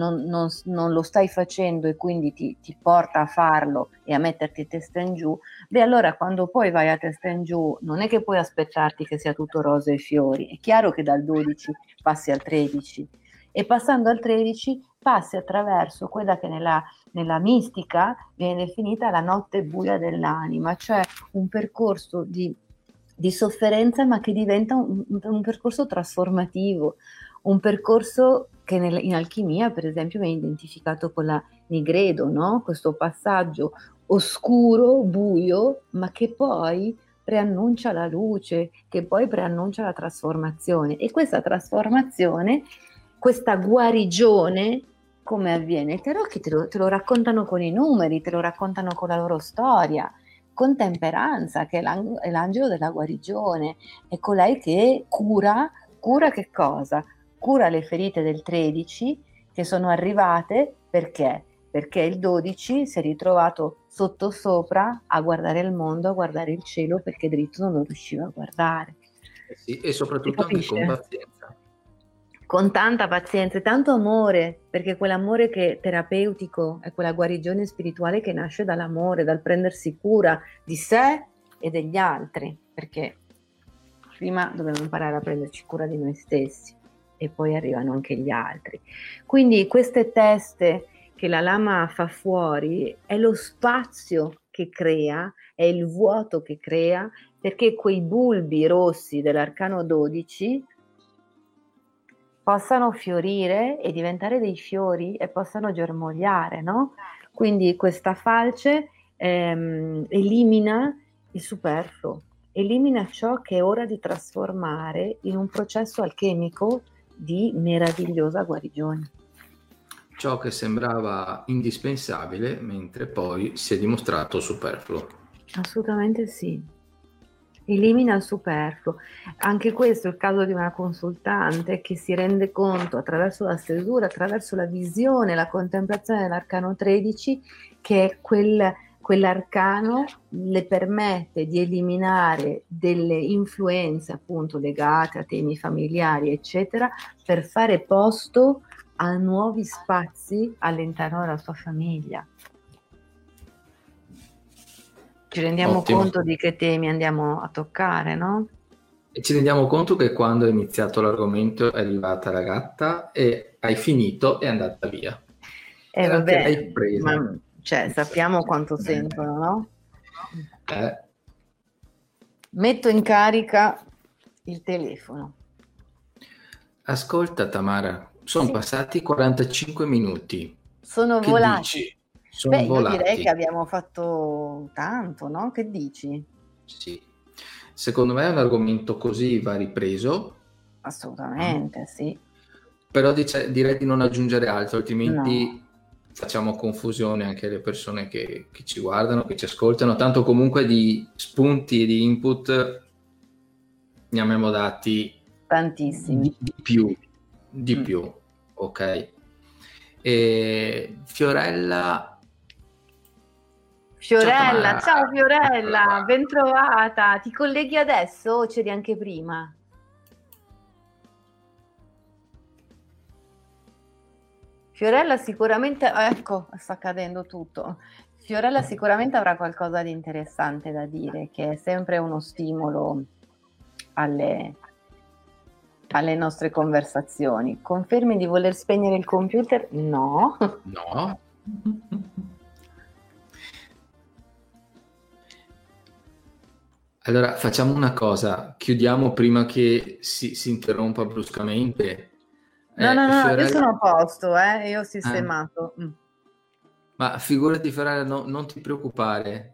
non lo stai facendo e quindi ti porta a farlo e a metterti testa in giù. Beh, allora quando poi vai a testa in giù non è che puoi aspettarti che sia tutto rose e fiori. È chiaro che dal 12 passi al 13, e passando al 13 passi attraverso quella che nella mistica viene definita la notte buia dell'anima, cioè un percorso di sofferenza, ma che diventa un percorso trasformativo, un percorso che in alchimia, per esempio, viene identificato con la nigredo, no? Questo passaggio oscuro, buio, ma che poi preannuncia la luce, che poi preannuncia la trasformazione. E questa trasformazione, questa guarigione, come avviene? I tarocchi te lo raccontano con i numeri, te lo raccontano con la loro storia, con Temperanza, che è l'angelo della guarigione, è colei che cura che cosa? Cura le ferite del 13 che sono arrivate perché? Perché il 12 si è ritrovato sottosopra a guardare il mondo, a guardare il cielo, perché dritto non lo riusciva a guardare. Sì, e Si soprattutto anche con capisce? pazienza. Con tanta pazienza e tanto amore, perché quell'amore che è terapeutico è quella guarigione spirituale che nasce dall'amore, dal prendersi cura di sé e degli altri, perché prima dobbiamo imparare a prenderci cura di noi stessi e poi arrivano anche gli altri. Quindi queste teste che la lama fa fuori è lo spazio che crea, è il vuoto che crea, perché quei bulbi rossi dell'arcano 12 possano fiorire e diventare dei fiori e possano germogliare, no? Quindi questa falce elimina il superfluo, elimina ciò che è ora di trasformare in un processo alchemico di meravigliosa guarigione. Ciò che sembrava indispensabile, mentre poi si è dimostrato superfluo. Assolutamente sì. Elimina il superfluo. Anche questo è il caso di una consultante che si rende conto attraverso la stesura, attraverso la visione, la contemplazione dell'arcano 13, che è quell'arcano le permette di eliminare delle influenze appunto legate a temi familiari, eccetera, per fare posto a nuovi spazi all'interno della sua famiglia. Ci rendiamo Ottimo. conto di che temi andiamo a toccare, no? E ci rendiamo conto che quando è iniziato l'argomento è arrivata la gatta e hai finito e è andata via. Vabbè, L'hai presa. ma sappiamo quanto sentono, no? Metto in carica il telefono. Ascolta Tamara, sono passati 45 minuti. Sono Che volati. dici? Sono Io volati. direi che abbiamo fatto tanto, no? Che dici? Sì. Secondo me è un argomento così va ripreso. Assolutamente, sì. Però direi di non aggiungere altro, altrimenti facciamo confusione anche alle persone che ci guardano, che ci ascoltano. Tanto comunque di spunti e di input ne abbiamo dati tantissimi. Di più, ok? E Fiorella, ciao Fiorella, ben trovata. Ti colleghi adesso o c'eri anche prima? Fiorella sicuramente, ecco, sta cadendo tutto. Fiorella sicuramente avrà qualcosa di interessante da dire, che è sempre uno stimolo alle nostre conversazioni. Confermi di voler spegnere il computer? No. Allora facciamo una cosa, chiudiamo prima che si interrompa bruscamente. No, Fiorella... io sono a posto, io ho sistemato. Ma figurati Fiorella, non ti preoccupare.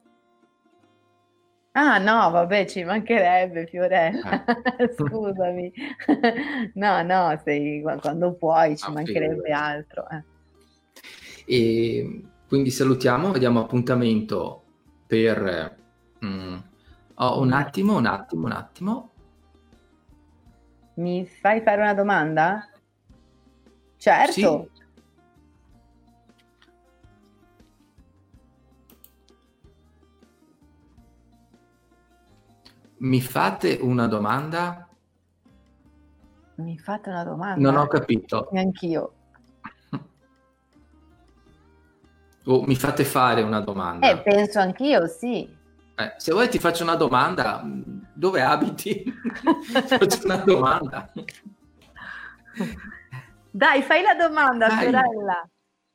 Ah no, vabbè, ci mancherebbe Fiorella, scusami. No, quando puoi, ci mancherebbe altro. E quindi salutiamo, vediamo appuntamento per... un attimo. Mi fai fare una domanda? Certo. Sì. Mi fate una domanda? Mi fate una domanda? Non ho capito. Neanch'io. Mi fate fare una domanda? Penso anch'io, sì. Se vuoi ti faccio una domanda. Dove abiti? Faccio una domanda. Dai, fai la domanda, Fiorella.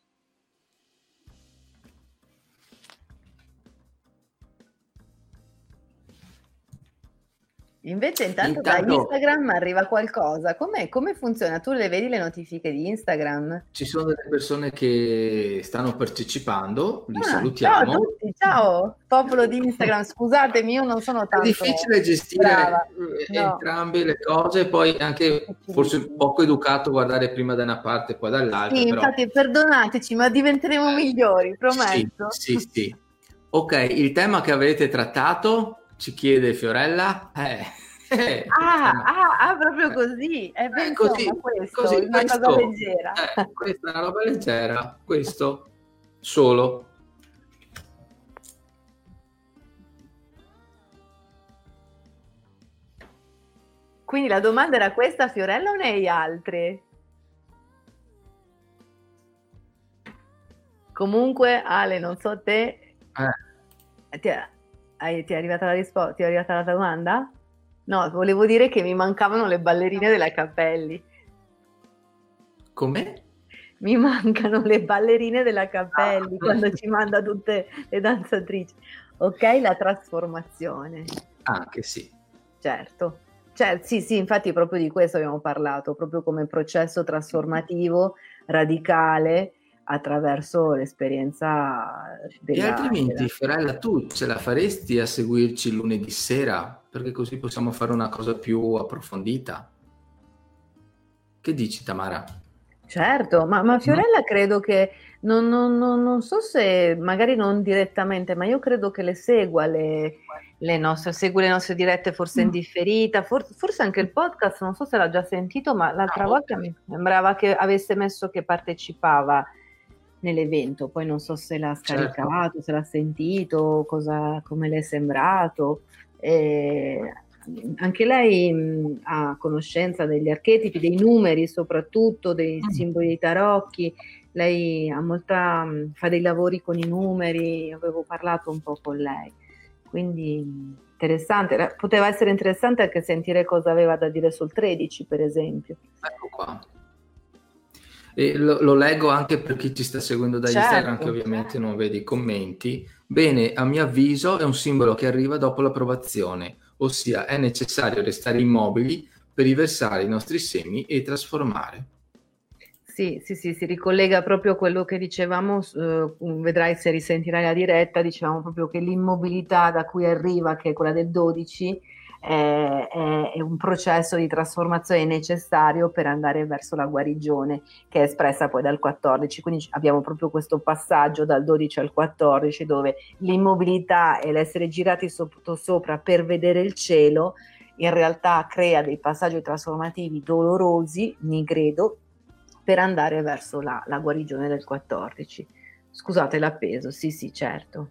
Invece intanto da Instagram arriva qualcosa. Come funziona? Tu le vedi le notifiche di Instagram? Ci sono delle persone che stanno partecipando, li salutiamo. Ciao a tutti, ciao popolo di Instagram, scusatemi, io non sono tanto... È difficile gestire entrambe le cose, poi anche forse poco educato guardare prima da una parte e poi dall'altra. Sì, però... infatti perdonateci, ma diventeremo migliori, prometto. Sì. Ok, il tema che avete trattato... Ci chiede Fiorella. Proprio così. È ben così, una cosa leggera. Questa è una roba leggera, questo solo. Quindi la domanda era questa, Fiorella, o ne hai altre? Comunque, Ale, non so te... Ti è arrivata la risposta? Ti è arrivata la domanda? No, volevo dire che mi mancavano le ballerine della Cappelli. Come? Mi mancano le ballerine della Cappelli quando ci manda tutte le danzatrici. Ok, la trasformazione. Anche sì. Certo. Sì, infatti proprio di questo abbiamo parlato, proprio come processo trasformativo radicale attraverso l'esperienza E altrimenti, Fiorella, tu ce la faresti a seguirci lunedì sera? Perché così possiamo fare una cosa più approfondita. Che dici, Tamara? Certo, ma Fiorella credo che, non so se magari non direttamente, ma io credo che le segua segue le nostre dirette forse in differita, forse anche il podcast, non so se l'ha già sentito, ma l'altra volta mi sembrava che avesse messo che partecipava nell'evento, poi non so se l'ha scaricato, se l'ha sentito, come le è sembrato. Anche lei ha conoscenza degli archetipi, dei numeri, soprattutto dei simboli dei tarocchi. Lei fa dei lavori con i numeri, avevo parlato un po' con lei, quindi interessante. Poteva essere interessante anche sentire cosa aveva da dire sul 13, per esempio. Ecco qua. E lo leggo anche per chi ci sta seguendo da Instagram, che ovviamente non vede i commenti. Bene, a mio avviso è un simbolo che arriva dopo l'approvazione, ossia è necessario restare immobili per riversare i nostri semi e trasformare. Sì, si ricollega proprio a quello che dicevamo, vedrai se risentirai la diretta, dicevamo proprio che l'immobilità da cui arriva, che è quella del 12, è un processo di trasformazione necessario per andare verso la guarigione, che è espressa poi dal 14, quindi abbiamo proprio questo passaggio dal 12 al 14 dove l'immobilità e l'essere girati sopra per vedere il cielo in realtà crea dei passaggi trasformativi dolorosi, mi credo, per andare verso la guarigione del 14. Scusate l'appeso, sì, certo.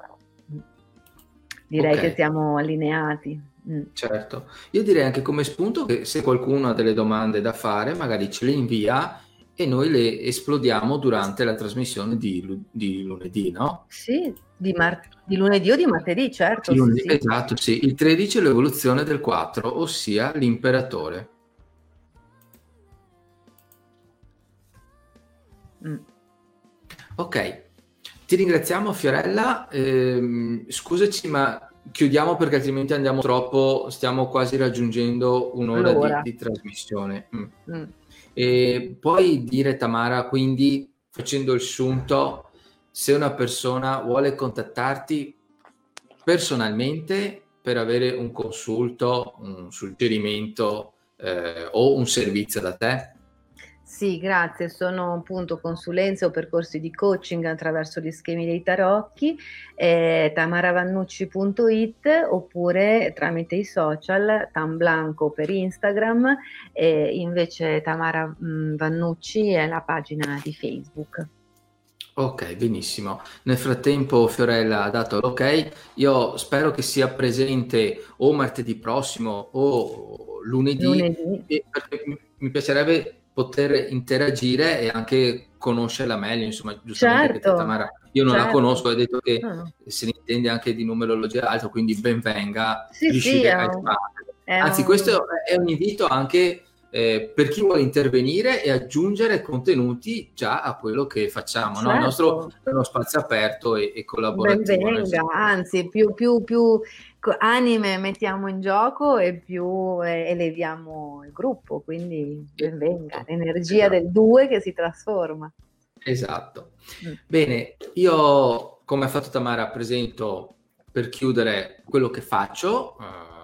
Direi che siamo allineati. Certo, io direi anche come spunto che se qualcuno ha delle domande da fare magari ce le invia e noi le esplodiamo durante la trasmissione di lunedì, no? Sì, di lunedì o di martedì, certo. Lunedì, sì. Esatto, sì. Il 13 è l'evoluzione del 4, ossia l'imperatore. Ok, ti ringraziamo Fiorella, scusaci ma chiudiamo perché altrimenti andiamo troppo, stiamo quasi raggiungendo un'ora di trasmissione. E puoi dire, Tamara, quindi facendo il sunto, se una persona vuole contattarti personalmente per avere un consulto, un suggerimento o un servizio da te? Sì, grazie. Sono appunto consulenze o percorsi di coaching attraverso gli schemi dei tarocchi, tamaravannucci.it oppure tramite i social, Tamblanco per Instagram, e invece Tamara Vannucci è la pagina di Facebook. Ok, benissimo. Nel frattempo Fiorella ha dato l'ok, io spero che sia presente o martedì prossimo o lunedì. Perché mi piacerebbe poter interagire e anche conoscerla meglio, insomma, giustamente perché Tamara, io non la conosco, hai detto che se ne intende anche di numerologia e altro, quindi ben venga riuscire a espandere. Anzi, questo è un invito anche per chi vuole intervenire e aggiungere contenuti già a quello che facciamo, no? Il nostro è uno spazio aperto e collaborativo. Ben venga, anzi, più anime mettiamo in gioco e più eleviamo il gruppo, quindi ben venga, l'energia del 2 che si trasforma. Esatto. Bene, io come ha fatto Tamara presento per chiudere quello che faccio.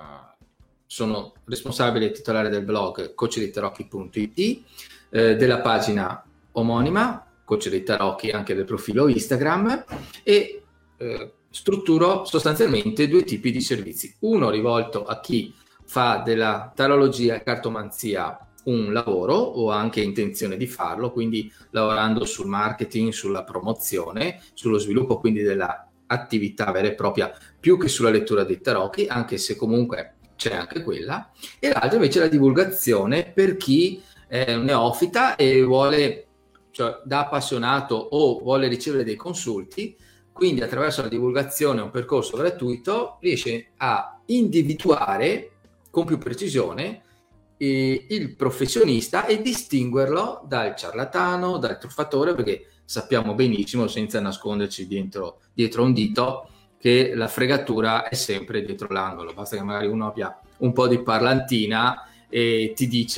Sono responsabile e titolare del blog coachdeitarocchi.it, della pagina omonima Coach dei Tarocchi, anche del profilo Instagram, e strutturo sostanzialmente due tipi di servizi. Uno rivolto a chi fa della tarologia e cartomanzia un lavoro o ha anche intenzione di farlo, quindi lavorando sul marketing, sulla promozione, sullo sviluppo quindi della attività vera e propria, più che sulla lettura dei tarocchi, anche se comunque c'è anche quella, e l'altro invece è la divulgazione per chi è un neofita e vuole, cioè da appassionato o vuole ricevere dei consulti, quindi attraverso la divulgazione, un percorso gratuito, riesce a individuare con più precisione il professionista e distinguerlo dal ciarlatano, dal truffatore, perché sappiamo benissimo, senza nasconderci dietro un dito, che la fregatura è sempre dietro l'angolo. Basta che magari uno abbia un po' di parlantina e ti dice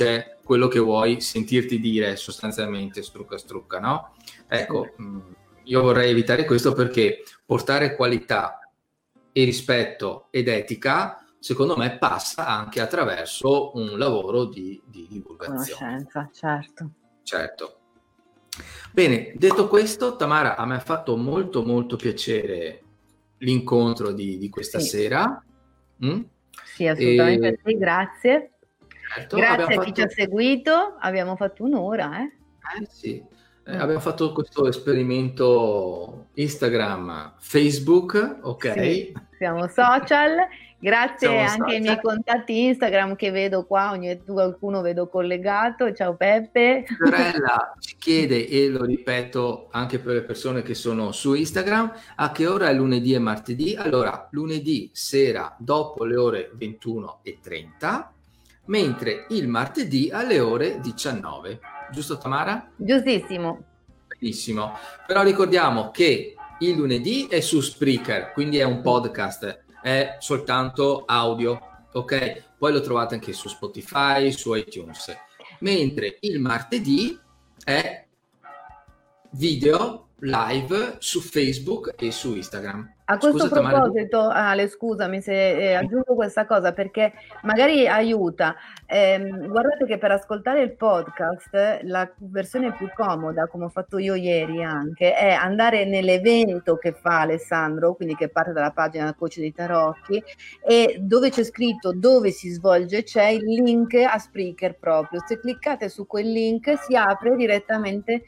quello che vuoi sentirti dire sostanzialmente, strucca, no? Ecco, io vorrei evitare questo perché portare qualità e rispetto ed etica, secondo me, passa anche attraverso un lavoro di divulgazione. Conoscenza, certo. Bene, detto questo, Tamara, a me ha fatto molto molto piacere l'incontro di questa sera. Sì, assolutamente sì, grazie. Certo, grazie a chi ci ha seguito, abbiamo fatto un'ora. Sì. Abbiamo fatto questo esperimento Instagram, Facebook, ok? Sì, siamo social. Grazie anche ai miei contatti Instagram che vedo qua, qualcuno vedo collegato. Ciao Peppe. Fiorella ci chiede, e lo ripeto anche per le persone che sono su Instagram, a che ora è lunedì e martedì? Allora, lunedì sera dopo le ore 21:30, mentre il martedì alle ore 19. Giusto, Tamara? Giustissimo. Benissimo. Però ricordiamo che il lunedì è su Spreaker, quindi è un podcast, è soltanto audio, ok? Poi lo trovate anche su Spotify, su iTunes. Mentre il martedì è video live su Facebook e su Instagram. A questo proposito, Ale, scusami se aggiungo questa cosa perché magari aiuta. Guardate che per ascoltare il podcast la versione più comoda, come ho fatto io ieri anche, è andare nell'evento che fa Alessandro, quindi che parte dalla pagina Coach dei Tarocchi, e dove c'è scritto dove si svolge c'è il link a Spreaker proprio. Se cliccate su quel link si apre direttamente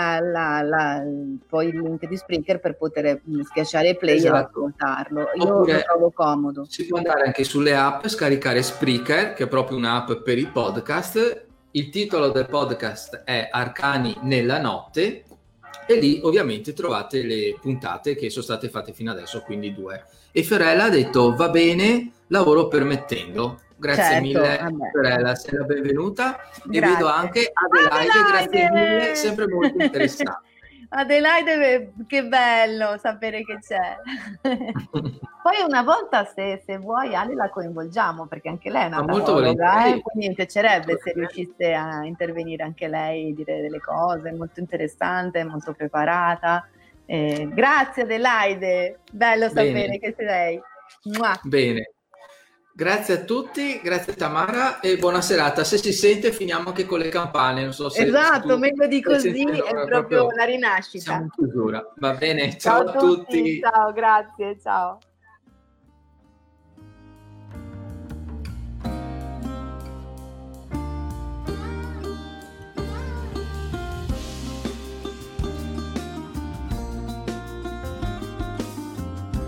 poi il link di Spreaker per poter schiacciare play. Esatto. Ascoltarlo. Io lo trovo comodo. Si può andare anche sulle app, scaricare Spreaker, che è proprio un'app per i podcast. Il titolo del podcast è Arcani nella notte e lì ovviamente trovate le puntate che sono state fatte fino adesso, quindi 2. E Fiorella ha detto va bene, lavoro permettendo. Grazie mille Fiorella, sei la benvenuta. Grazie. E vedo anche Adelaide, grazie mille, sempre molto interessante. Adelaide, che bello sapere che c'è. Poi una volta se vuoi Ale la coinvolgiamo perché anche lei è una tarologa, quindi mi piacerebbe se riuscisse a intervenire anche lei, dire delle cose, molto interessante, molto preparata. Grazie Adelaide, bello sapere che sei. Mua. Bene. Grazie a tutti, grazie Tamara e buona serata. Se si sente finiamo anche con le campane, non so se esatto, meglio di così è proprio la rinascita. Siamo in chiusura. Va bene, ciao a tutti. Ciao, grazie, ciao.